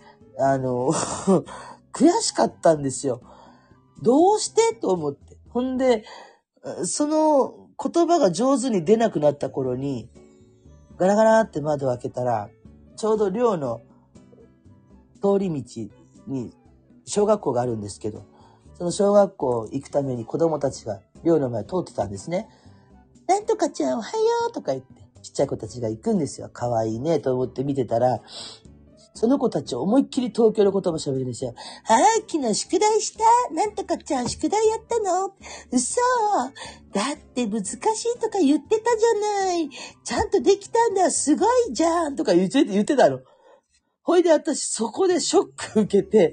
悔しかったんですよ。どうしてと思って。ほんで、その言葉が上手に出なくなった頃に、ガラガラって窓を開けたら、ちょうど寮の通り道に小学校があるんですけど、その小学校行くために子供たちが寮の前通ってたんですね。なんとかちゃんおはようとか言って、ちっちゃい子たちが行くんですよ。可愛いねと思って見てたら、その子たち思いっきり東京の言葉喋るんですよ。昨日宿題した？なんとかちゃん宿題やったの？嘘。だって難しいとか言ってたじゃない。ちゃんとできたんだ。すごいじゃん。とか言ってたの。ほいで私そこでショック受けて、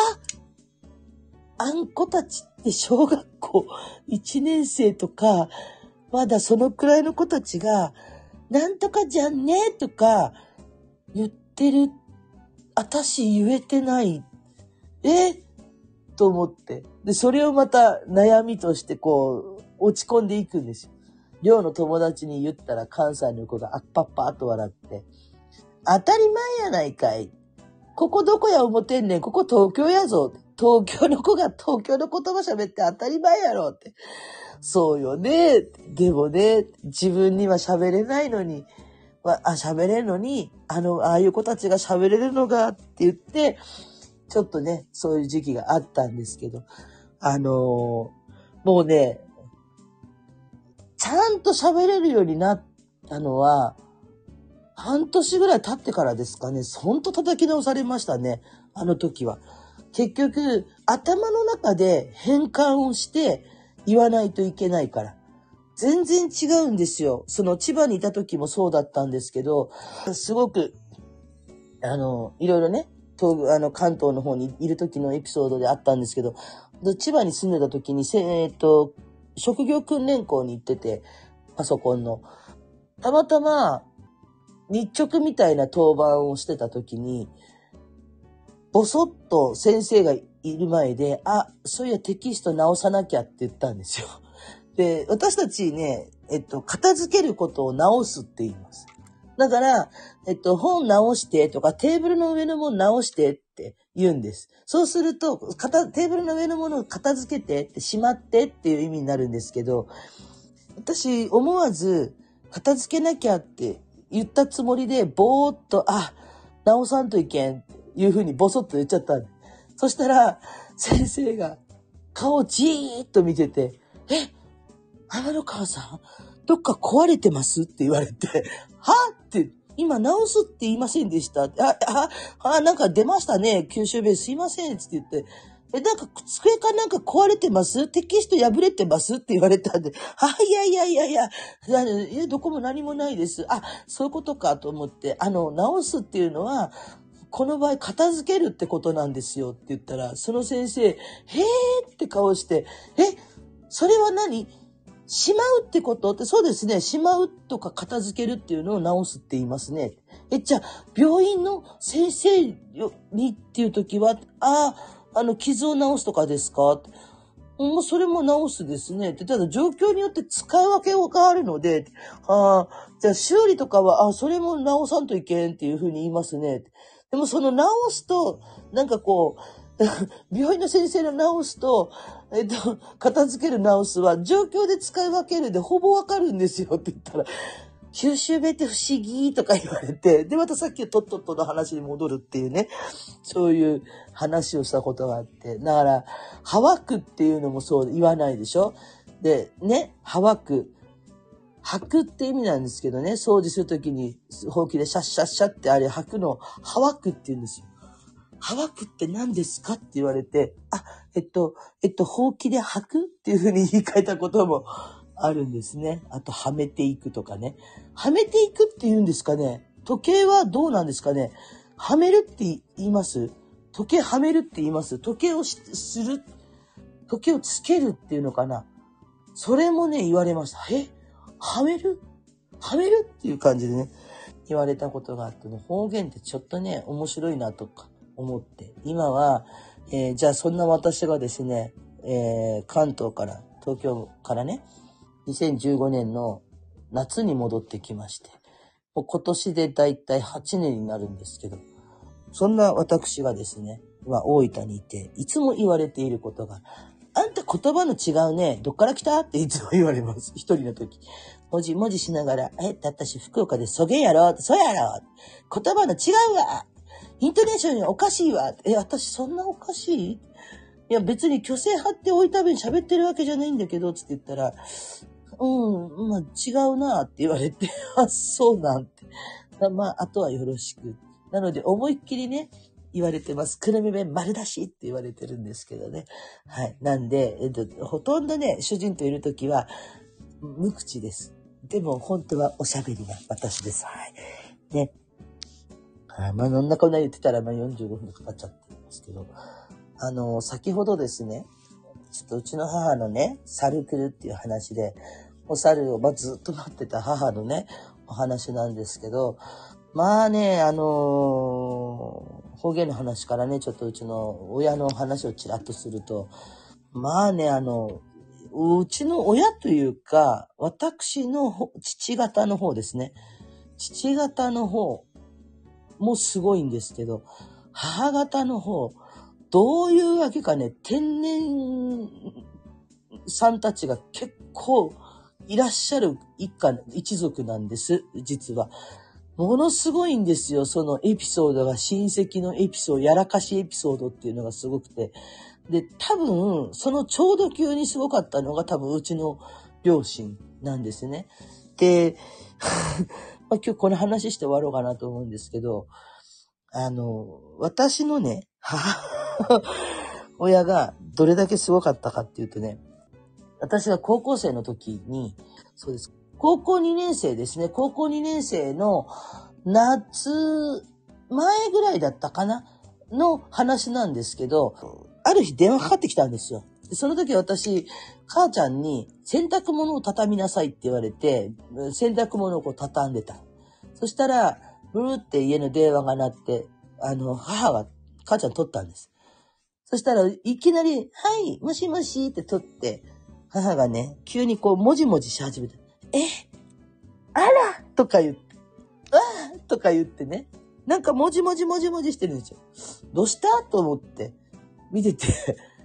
あん子たちって小学校1年生とか、まだそのくらいの子たちが、なんとかじゃんねとか言ってる。私言えてない。と思って。で、それをまた悩みとして落ち込んでいくんですよ。寮の友達に言ったら関西の子があっぱっぱと笑って、当たり前やないかい。ここどこや思てんねん。ここ東京やぞ。東京の子が東京の言葉喋って当たり前やろって。そうよね。でもね、自分には喋れないのに、喋れるのに、ああいう子たちが喋れるのがって言って、ちょっとね、そういう時期があったんですけど、もうね、ちゃんと喋れるようになったのは、半年ぐらい経ってからですかね。ほんと叩き直されましたね。あの時は。結局、頭の中で変換をして言わないといけないから。全然違うんですよ。その千葉にいた時もそうだったんですけど、すごく、いろいろね、関東の方にいる時のエピソードであったんですけど、千葉に住んでた時に、職業訓練校に行ってて、パソコンの。たまたま、日直みたいな当番をしてた時に、ぼそっと先生がいる前で、そういやテキスト直さなきゃって言ったんですよ。で、私たちね、片付けることを直すって言います。だから、本直してとか、テーブルの上のもの直してって言うんです。そうすると、テーブルの上のものを片付けてって、しまってっていう意味になるんですけど、私、思わず、片付けなきゃって言ったつもりで、ぼーっと、直さんといけんっていうふうにボソッと言っちゃったんで。そしたら、先生が顔をじーっと見てて、天野川さん、どっか壊れてますって言われて、って、今直すって言いませんでした。なんか出ましたね。九州弁すいませんって言って、なんか机かなんか壊れてますテキスト破れてますって言われたんで、いや、どこも何もないです。そういうことかと思って、直すっていうのは、この場合片付けるってことなんですよって言ったら、その先生、って顔して、それは何？しまうってことって、そうですね。しまうとか片付けるっていうのを直すって言いますね。じゃあ、病院の先生にっていう時は、傷を直すとかですか？もうそれも直すですね。ただ状況によって使い分けがあるので、じゃあ修理とかは、それも直さんといけんっていうふうに言いますね。でもその直すと、なんか病院の先生の直すと、片付ける直すは状況で使い分けるでほぼわかるんですよって言ったら、九州弁って不思議とか言われて、で、またさっきとっとっとの話に戻るっていうね、そういう話をしたことがあって、だから、はわくっていうのもそう言わないでしょ？で、ね、はわく。吐くって意味なんですけどね、掃除するときに、ほうきでシャッシャッシャってあれ吐くのを、はわくって言うんですよ。はわくって何ですかって言われて、ほうきで吐くっていうふうに言い換えたこともあるんですね。あと、はめていくとかね。はめていくって言うんですかね。時計はどうなんですかね。はめるって言います？時計はめるって言います？時計をする？時計をつけるっていうのかな。それもね、言われました。はめるっていう感じでね、言われたことがあってね、方言ってちょっとね、面白いなとか思って、今は、じゃあそんな私がですね、関東から、東京からね、2015年の夏に戻ってきまして、もう今年でだいたい8年になるんですけど、そんな私がですね、大分にいて、いつも言われていることが、あんた言葉の違うね。どっから来たっていつも言われます。一人の時。文字しながら、私福岡でそげんやろそうやろ言葉の違うわイントネーションおかしいわ。私そんなおかしい？いや別に虚勢張って置いた分喋ってるわけじゃないんだけど、つって言ったら、まあ違うなって言われて、あ、そうなんて。まあ、あとはよろしく。なので思いっきりね、言われてます。久留米弁丸出しって言われてるんですけどね。はい。なんで、ほとんどね、主人といるときは、無口です。でも、本当はおしゃべりな私です。はい。ね。まあ、そんなこんな言ってたら、45分かかっちゃってるんですけど、先ほどですね、ちょっとうちの母のね、猿来るっていう話で、お猿を、ずっと待ってた母のね、お話なんですけど、まあね、方言の話からね、ちょっとうちの親の話をちらっとすると、まあね、うちの親というか、私の父方の方ですね。父方の方もすごいんですけど、母方の方、どういうわけかね、天然さんたちが結構いらっしゃる一族なんです、実は。ものすごいんですよ、そのエピソードが、親戚のエピソード、やらかしエピソードっていうのがすごくて。で、多分、そのちょうど級にすごかったのが多分うちの両親なんですね。で、今日この話して終わろうかなと思うんですけど、私のね、母親がどれだけすごかったかっていうとね、私が高校生の時に、そうです。高校2年生ですね。高校2年生の夏前ぐらいだったかなの話なんですけど、ある日電話かかってきたんですよ。その時私、母ちゃんに洗濯物を畳みなさいって言われて、洗濯物をこう畳んでた。そしたら、ブルーって家の電話が鳴って、母が母ちゃん取ったんです。そしたらいきなり、はい、もしもしって取って、母がね、急にこう、もじもじし始めた。あらとか言って、とか言ってね。なんかもじもじしてるんですよ。どうしたと思って、見てて、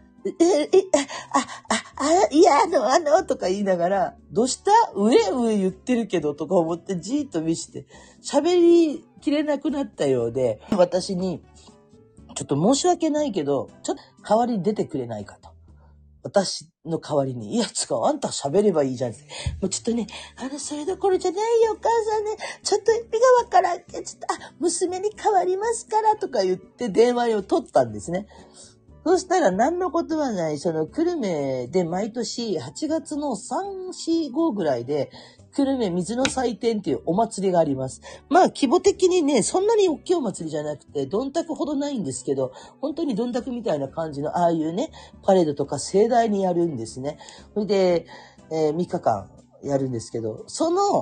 いや、とか言いながら、どうした上言ってるけど、とか思ってじーっと見して、喋りきれなくなったようで、私に、ちょっと申し訳ないけど、ちょっと代わりに出てくれないかと。私の代わりに、いやつか、あんた喋ればいいじゃん。もうちょっとね、それどころじゃないよ、お母さんね。ちょっと意味がわからんけど、ちょっと、娘に代わりますから、とか言って電話を取ったんですね。そうしたら何のことはない、その久留米で毎年8月の3、4、5ぐらいで、久留米水の祭典っていうお祭りがあります。まあ規模的にね、そんなに大きいお祭りじゃなくて、どんたくほどないんですけど、本当にどんたくみたいな感じの、ああいうね、パレードとか盛大にやるんですね。それで、3日間やるんですけど、その、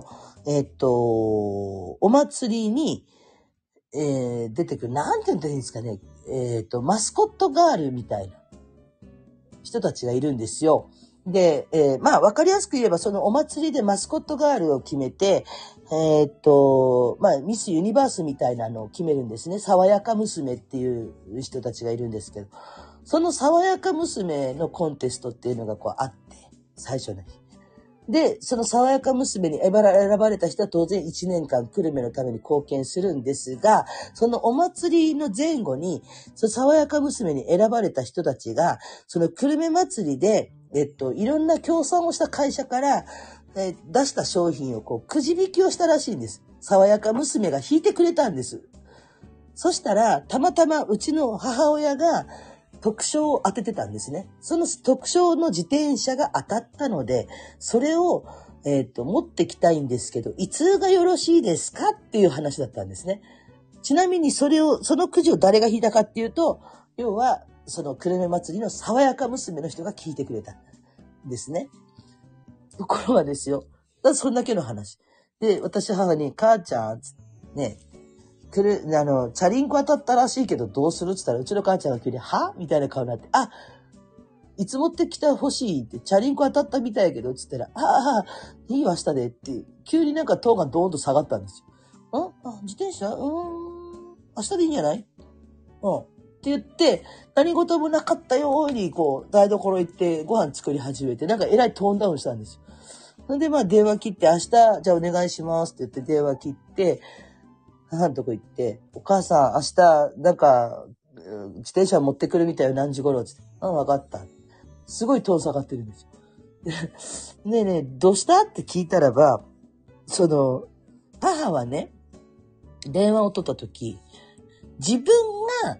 お祭りに、出てくる、なんて言ったらいいんですかね、マスコットガールみたいな人たちがいるんですよ。で、まあ、わかりやすく言えば、そのお祭りでマスコットガールを決めて、まあ、ミスユニバースみたいなのを決めるんですね。爽やか娘っていう人たちがいるんですけど、その爽やか娘のコンテストっていうのがこうあって、最初の日。で、その爽やか娘に選ばれた人は当然1年間久留米のために貢献するんですが、そのお祭りの前後に、その爽やか娘に選ばれた人たちが、その久留米祭りで、いろんな協賛をした会社から、出した商品をこう、くじ引きをしたらしいんです。爽やか娘が引いてくれたんです。そしたら、たまたまうちの母親が、特賞を当ててたんですね。その特賞の自転車が当たったので、それを、持ってきたいんですけど、いつがよろしいですかっていう話だったんですね。ちなみにそのくじを誰が引いたかっていうと、要は、その久留米祭りの爽やか娘の人が聞いてくれたんですね。ところがですよ。そんだけの話。で、私母に、母ちゃん、ね、チャリンコ当たったらしいけどどうするって言ったら、うちの母ちゃんが急に、はみたいな顔になって、あ、いつ持ってきてほしいって、チャリンコ当たったみたいやけど、つったら、いいわ、明日でって、急になんかトーンがドーンと下がったんですよ。自転車明日でいいんじゃない？って言って、何事もなかったように、こう、台所行ってご飯作り始めて、なんかえらいトーンダウンしたんですよ。それでまあ電話切って、明日、じゃあお願いしますって言って電話切って、 母のとこ行って、お母さん明日、なんか、自転車持ってくるみたいよ、何時頃つって。わかった。すごいトーン下がってるんですよ。ねえねえ、どうしたって聞いたらば、母はね、電話を取ったとき、自分が、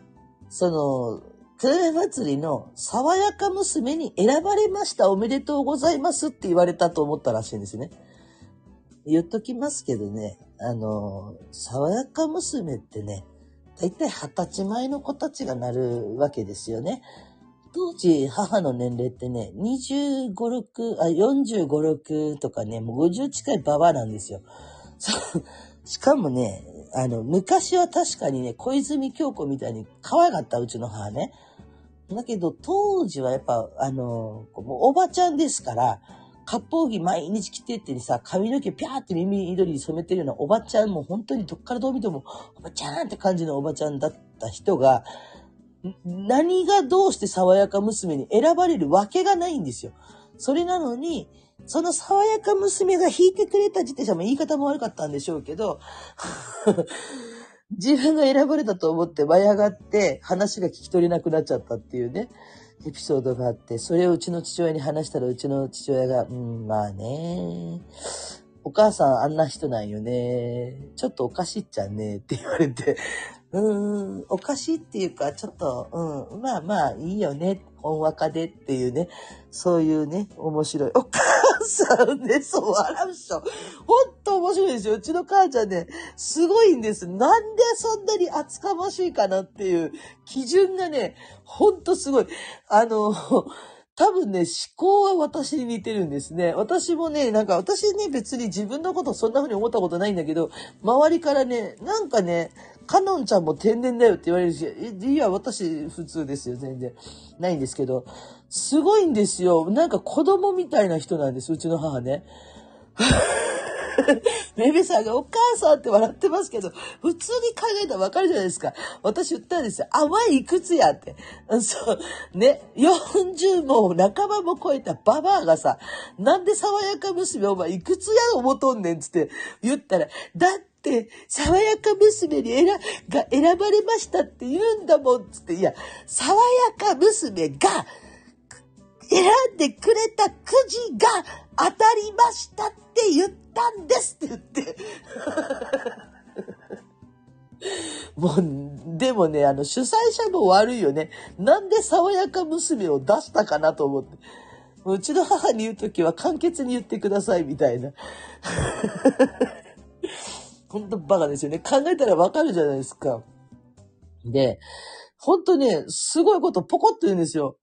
久留米祭りの爽やか娘に選ばれました、おめでとうございますって言われたと思ったらしいんですね。言っときますけどね、爽やか娘ってね、だいたい20歳前の子たちがなるわけですよね。当時、母の年齢ってね、45、45、6とかね、もう50近いババアなんですよ。しかもね、昔は確かにね、小泉京子みたいに可愛かった、うちの母ね。だけど、当時はやっぱ、もうおばちゃんですから、割烹着毎日着てってさ、髪の毛ピャーって耳緑に染めてるようなおばちゃん、もう本当にどっからどう見ても、おばちゃんって感じのおばちゃんだった人が、何がどうして爽やか娘に選ばれるわけがないんですよ。それなのに、その爽やか娘が引いてくれた自転車も言い方も悪かったんでしょうけど、自分が選ばれたと思って舞い上がって話が聞き取れなくなっちゃったっていうね、エピソードがあって、それをうちの父親に話したらうちの父親が、まあね、お母さんあんな人なんよね。ちょっとおかしいっちゃねって言われて、おかしいっていうか、ちょっと、まあまあいいよね。ほんわかでっていうね。そういうね、面白い。お母さんね、そう笑うっしょ。ほんと面白いですよ。うちの母ちゃんね、すごいんです。なんでそんなに厚かましいかなっていう基準がね、ほんとすごい。多分ね、思考は私に似てるんですね。私もね、私ね、別に自分のことそんな風に思ったことないんだけど、周りからね、かのんちゃんも天然だよって言われるし、いや、私普通ですよ、全然。ないんですけど、すごいんですよ。子供みたいな人なんです、うちの母ね。ベベさんがお母さんって笑ってますけど、普通に考えたらわかるじゃないですか。私言ったんですよ。前いくつやって。そう。ね。40も半ばも超えたババアがさ、なんで爽やか娘お前いくつや思とんねんつって言ったら、だって、爽やか娘に選ばれましたって言うんだもんつって、いや、爽やか娘が、選んでくれたくじが当たりましたって言ったんですって言って。もう、でもね、主催者も悪いよね。なんで爽やか娘を出したかなと思って。うちの母に言うときは簡潔に言ってくださいみたいな。ほんとバカですよね。考えたらわかるじゃないですか。で、ほんとね、すごいことポコッと言うんですよ。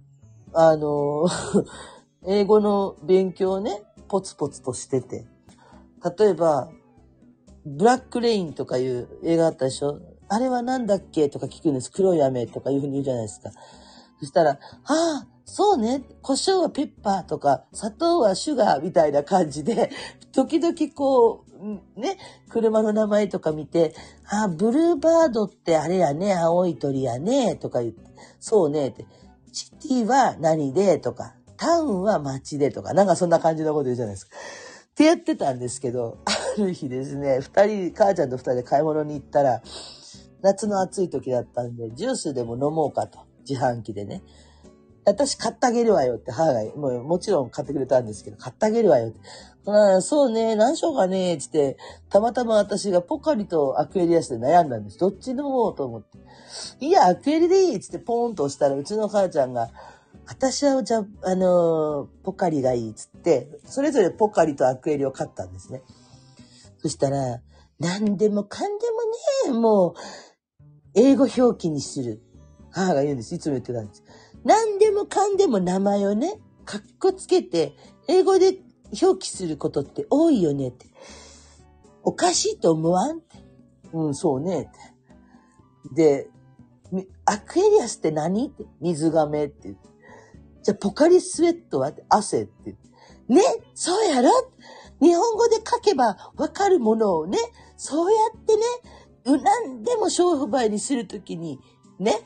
英語の勉強をね、ポツポツとしてて。例えば、ブラックレインとかいう映画あったでしょ？あれはなんだっけとか聞くんです。黒い雨とかいうふうに言うじゃないですか。そしたら、そうね。胡椒はペッパーとか、砂糖はシュガーみたいな感じで、時々こう、ね、車の名前とか見て、ブルーバードってあれやね、青い鳥やね、とか言って、そうね、って。シティは何でとか、タウンは街でとか、そんな感じのこと言うじゃないですか。ってやってたんですけど、ある日ですね、母ちゃんと二人で買い物に行ったら、夏の暑い時だったんで、ジュースでも飲もうかと、自販機でね。私買ってあげるわよって母が、もちろん買ってくれたんですけど、買ってあげるわよって。そうね、何しようかね、つって、たまたま私がポカリとアクエリアスで悩んだんです。どっち飲もうと思って。いや、アクエリでいいっつってポーンと押したら、うちの母ちゃんが、私はじゃポカリがいいっつって、それぞれポカリとアクエリを買ったんですね。そしたら、何でもかんでもね、もう、英語表記にする。母が言うんです。いつも言ってたんです。何でもかんでも名前をね、かっこつけて、英語で表記することって多いよねって。おかしいと思わんって。そうねって。で、アクエリアスって何って。水亀って言って。じゃあ、ポカリスエットは汗って言って。ね、そうやろ？日本語で書けばわかるものをね、そうやってね、何でも商売にするときに、ね、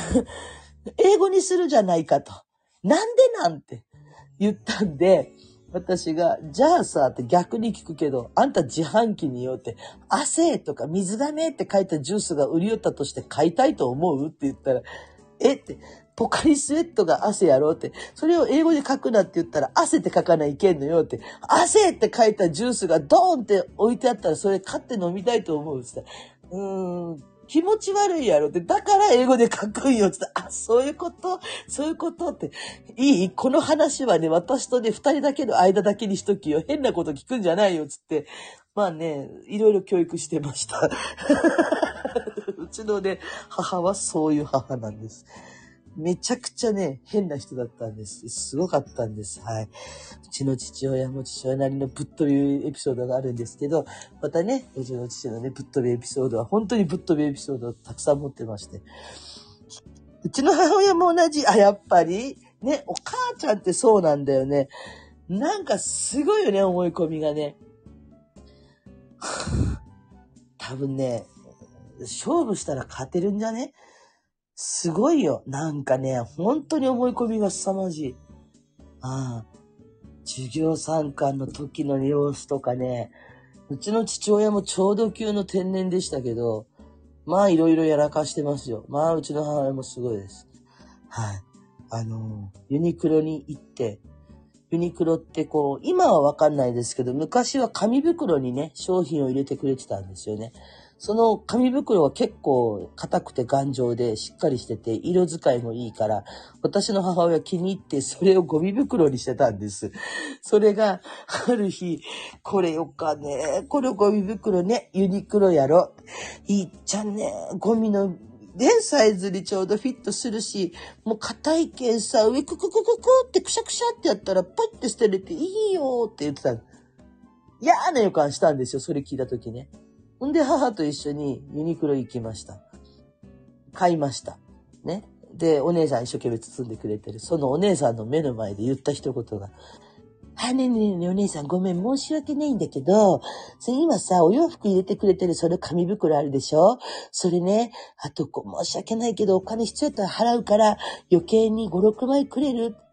英語にするじゃないかと。なんでなんて言ったんで、 私が、じゃあさって逆に聞くけど、あんた自販機によって、汗とか水がねって書いたジュースが売り寄ったとして買いたいと思うって言ったら、って、ポカリスエットが汗やろうって、それを英語で書くなって言ったら、汗って書かないけんのよって、汗って書いたジュースがドーンって置いてあったら、それ買って飲みたいと思うって言ったら、気持ち悪いやろって、だから英語で書くんよって言ったら、そういうことって、いいこの話はね、私とね、二人だけの間だけにしときよ。変なこと聞くんじゃないよ、つって。まあね、いろいろ教育してました。うちのね、母はそういう母なんです。めちゃくちゃね、変な人だったんです。すごかったんです。はい。うちの父親も父親なりのぶっ飛びエピソードがあるんですけど、またね、うちの父のね、ぶっ飛びエピソードは、本当にぶっ飛びエピソードをたくさん持ってまして。うちの母親も同じ、やっぱり、ね、お母ちゃんってそうなんだよね。なんかすごいよね、思い込みがね。多分ね、勝負したら勝てるんじゃね？すごいよ。なんかね、本当に思い込みが凄まじい。授業参観の時の様子とかね、うちの父親もちょうど級の天然でしたけど、まあいろいろやらかしてますよ。まあうちの母親もすごいです。はい。ユニクロに行って、ユニクロってこう、今はわかんないですけど、昔は紙袋にね、商品を入れてくれてたんですよね。その紙袋は結構硬くて頑丈でしっかりしてて、色使いもいいから、私の母親気に入ってそれをゴミ袋にしてたんです。それが、ある日、これよかね、これゴミ袋ね、ユニクロやろ。いいっちゃんね、ゴミのサイズにちょうどフィットするし、もう硬いけんさ、上クククククってくしゃくしゃってやったら、ポイって捨てれていいよって言ってた。嫌な予感したんですよ、それ聞いたときね。ほんで、母と一緒にユニクロ行きました。買いました。ね。で、お姉さん一生懸命包んでくれてる。そのお姉さんの目の前で言った一言が、ねえねえねえお姉さんごめん申し訳ないんだけど、それ今さ、お洋服入れてくれてるその紙袋あるでしょ？それね、あと申し訳ないけどお金必要だったら払うから余計に5、6枚くれる？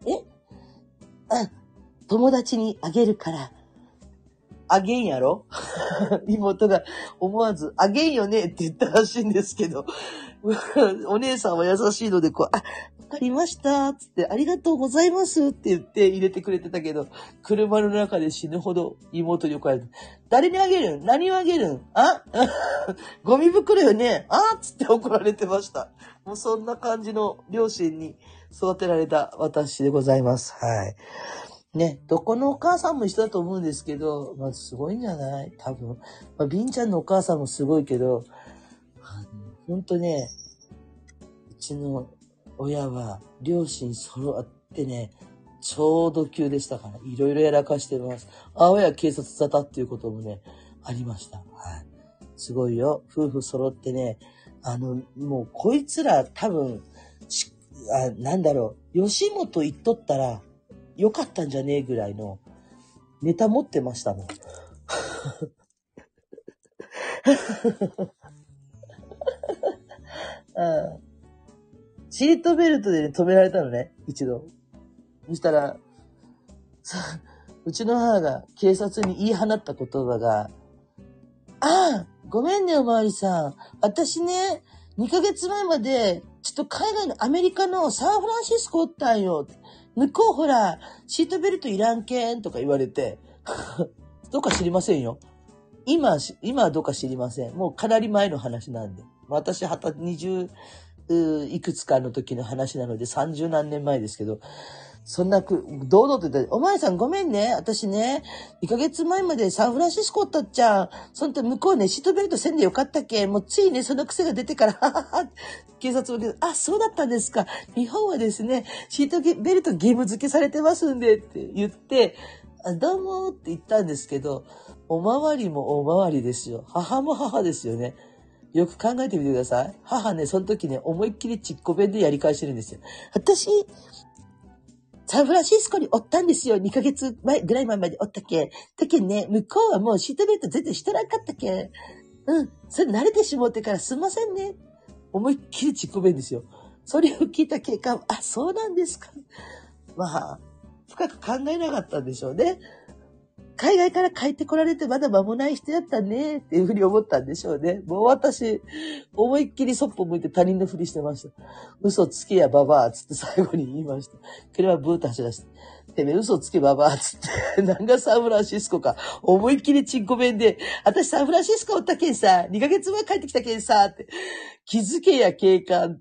友達にあげるから。あげんやろ妹が思わず、あげんよねって言ったらしいんですけど、お姉さんは優しいので、わかりましたつって、ありがとうございますって言って入れてくれてたけど、車の中で死ぬほど妹に怒られて、誰にあげるん？何をあげるん？ゴミ袋よね？つって怒られてました。もうそんな感じの両親に育てられた私でございます。はい。ね、どこのお母さんも一緒だと思うんですけど、まあすごいんじゃない多分。まあ、ビンちゃんのお母さんもすごいけど、ほんとね、うちの親は両親揃ってね、ちょうど級でしたから、いろいろやらかしてます。親警察沙汰っていうこともね、ありました。はい。すごいよ。夫婦揃ってね、もうこいつら多分、なんだろう、吉本行っとったら、よかったんじゃねえぐらいのネタ持ってましたもん。シートベルトで、ね、止められたのね、一度。そしたら、うちの母が警察に言い放った言葉が、ごめんねおまわりさん。私ね、2ヶ月前まで、ちょっと海外のアメリカのサンフランシスコおったんよ。向こうほら、シートベルトいらんけんとか言われて、どうか知りませんよ。今はどうか知りません。もうかなり前の話なんで。私、20いくつかの時の話なので30何年前ですけど、そんな堂々と言って、お前さんごめんね。私ね、2ヶ月前までサンフランシスコおったっちゃん。そんと向こうね、シートベルトせんでよかったっけ？もうついね、その癖が出てから、警察も、そうだったんですか。日本はですね、シートベルト義務付けされてますんでって言って、どうもって言ったんですけど、おまわりもおまわりですよ。母も母ですよね。よく考えてみてください。母ね、その時ね、思いっきりちっこ弁でやり返してるんですよ。私、サンフランシスコにおったんですよ。2ヶ月前ぐらい前までおったけん。だけんね、向こうはもうシートベルト全然してなかったけん。それ慣れてしもってからすんませんね。思いっきりちっこ弁ですよ。それを聞いた結果、そうなんですか。まあ、 深く考えなかったんでしょうね。海外から帰ってこられてまだ間もない人やったねっていうふうに思ったんでしょうね。もう私、思いっきりそっぽ向いて他人のふりしてました。嘘つけやババアつって最後に言いました。車ブーッと走らせて。てめえ嘘つけババアつって。なんかサンフランシスコか。思いっきりチンコ弁で、私サンフランシスコおったけんさ、2ヶ月前帰ってきたけんさ、って。気づけや警官って。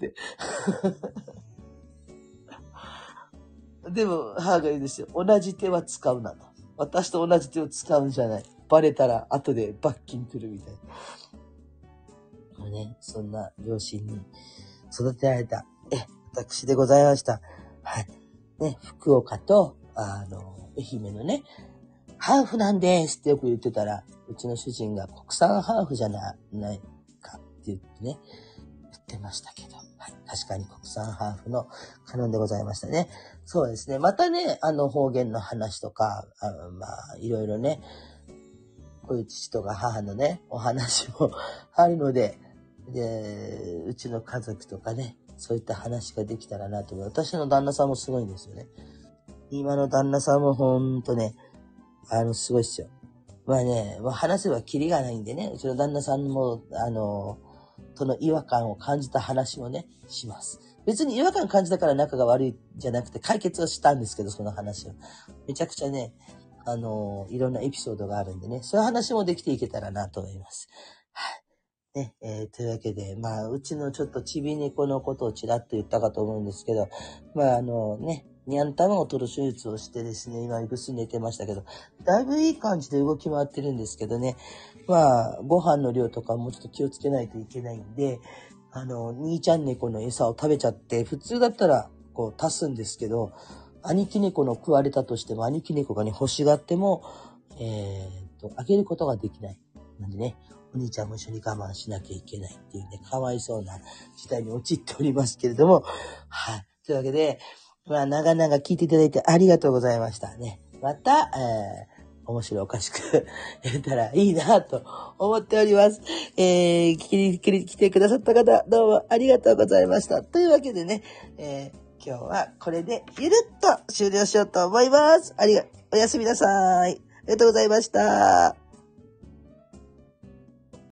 でも、母が言うんですよ。同じ手は使うなと。私と同じ手を使うんじゃない。バレたら後で罰金来るみたいな。ね、そんな両親に育てられた、私でございました。はい。ね、福岡と、愛媛のね、ハーフなんですってよく言ってたら、うちの主人が国産ハーフじゃないかって言ってね、言ってましたけど。はい。確かに国産ハーフのカノンでございましたね。そうですね。またね、方言の話とか、いろいろね、こういう父とか母のね、お話もあるので、うちの家族とかね、そういった話ができたらなと思う。私の旦那さんもすごいんですよね。今の旦那さんもほんとね、すごいっすよ。話せばキリがないんでね、うちの旦那さんも、との違和感を感じた話もね、します。別に違和感感じたから仲が悪いじゃなくて解決をしたんですけど、その話を。めちゃくちゃね、いろんなエピソードがあるんでね、そういう話もできていけたらなと思います。はい。ね、というわけで、うちのちょっとちび猫のことをちらっと言ったかと思うんですけど、ニャン玉を取る手術をしてですね、今ぐっすり寝てましたけど、だいぶいい感じで動き回ってるんですけどね、ご飯の量とかもちょっと気をつけないといけないんで、兄ちゃん猫の餌を食べちゃって、普通だったら、足すんですけど、兄貴猫の食われたとしても、兄貴猫がね、欲しがっても、あげることができない。なんでね、お兄ちゃんも一緒に我慢しなきゃいけないっていうね、かわいそうな事態に陥っておりますけれども、はい。というわけで、長々聞いていただいてありがとうございましたね。また、面白おかしくやったらいいなと思っております。来てくださった方、どうもありがとうございました。というわけでね、今日はこれでゆるっと終了しようと思います。おやすみなさい。ありがとうございました。